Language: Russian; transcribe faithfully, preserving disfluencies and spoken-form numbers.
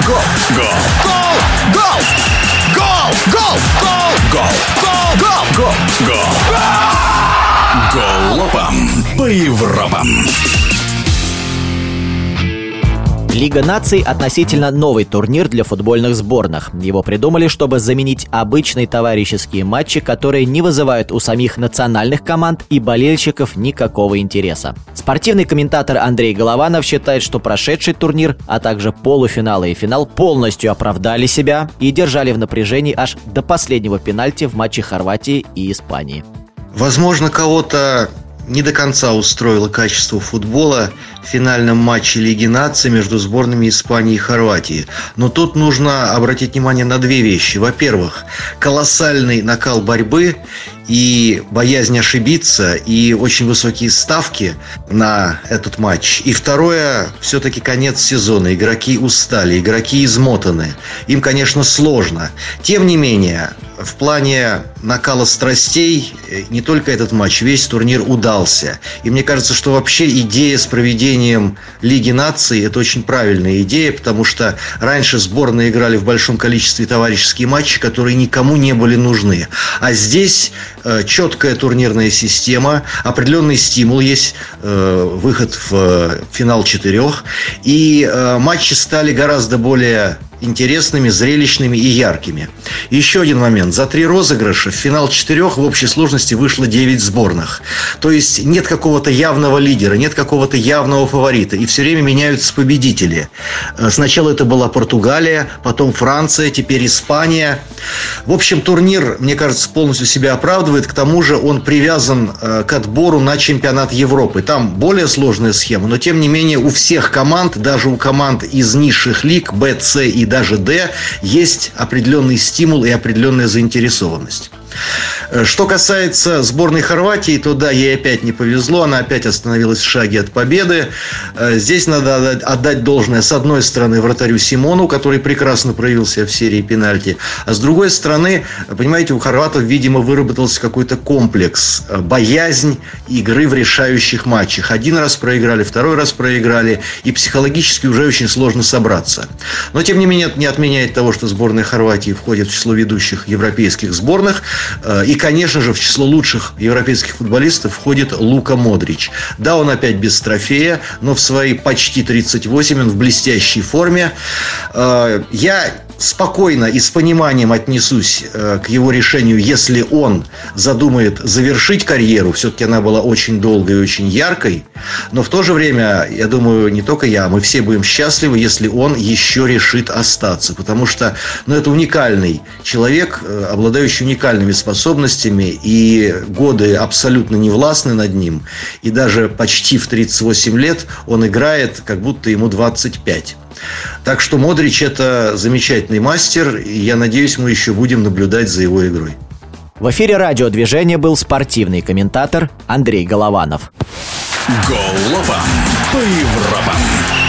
Гол! Гол! Гол! Гол! Гол! Гол! Гол! Гол! Гол! Гол! Голлопом по Европам. Лига наций – относительно новый турнир для футбольных сборных. Его придумали, чтобы заменить обычные товарищеские матчи, которые не вызывают у самих национальных команд и болельщиков никакого интереса. Спортивный комментатор Андрей Голованов считает, что прошедший турнир, а также полуфиналы и финал полностью оправдали себя и держали в напряжении аж до последнего пенальти в матче Хорватии и Испании. Возможно, кого-то не до конца устроило качество футбола в финальном матче Лиги наций между сборными Испании и Хорватии. Но тут нужно обратить внимание на две вещи. Во-первых, колоссальный накал борьбы и боязнь ошибиться, и очень высокие ставки на этот матч. И второе, все-таки конец сезона. Игроки устали, игроки измотаны. Им, конечно, сложно. Тем не менее, в плане накала страстей не только этот матч, весь турнир удался. И мне кажется, что вообще идея с проведением Лиги наций – это очень правильная идея, потому что раньше сборные играли в большом количестве товарищеские матчи, которые никому не были нужны. А здесь э, четкая турнирная система, определенный стимул, есть э, выход в э, финал четырех, и э, матчи стали гораздо более интересными, зрелищными и яркими. И еще один момент. За три розыгрыша в финал четырех в общей сложности вышло девять сборных. То есть нет какого-то явного лидера, нет какого-то явного фаворита. И все время меняются победители. Сначала это была Португалия, потом Франция, теперь Испания. В общем, турнир, мне кажется, полностью себя оправдывает. К тому же он привязан к отбору на чемпионат Европы. Там более сложная схема, но тем не менее у всех команд, даже у команд из низших лиг Б, С и даже Д, есть определенный стимул и определенная заинтересованность. Что касается сборной Хорватии, то да, ей опять не повезло, она опять остановилась в шаге от победы. Здесь надо отдать должное, с одной стороны, вратарю Симону, который прекрасно проявил себя в серии пенальти, а с другой стороны, понимаете, у хорватов, видимо, выработался какой-то комплекс, боязнь игры в решающих матчах. Один раз проиграли, второй раз проиграли, и психологически уже очень сложно собраться. Но, тем не менее, это не отменяет того, что сборная Хорватии входит в число ведущих европейских сборных. И, конечно же, в число лучших европейских футболистов входит Лука Модрич. Да, он опять без трофея, но в свои почти тридцать восемь он в блестящей форме. Я спокойно и с пониманием отнесусь к его решению, если он задумает завершить карьеру. Все-таки она была очень долгой и очень яркой. Но в то же время, я думаю, не только я, мы все будем счастливы, если он еще решит остаться. Потому что ну, это уникальный человек, обладающий уникальными способностями. И годы абсолютно не властны над ним. И даже почти в тридцать восемь лет он играет, как будто ему двадцать пять. Так что Модрич – это замечательный мастер, и я надеюсь, мы еще будем наблюдать за его игрой. В эфире радиодвижения был спортивный комментатор Андрей Голованов. Голлопом по Европам.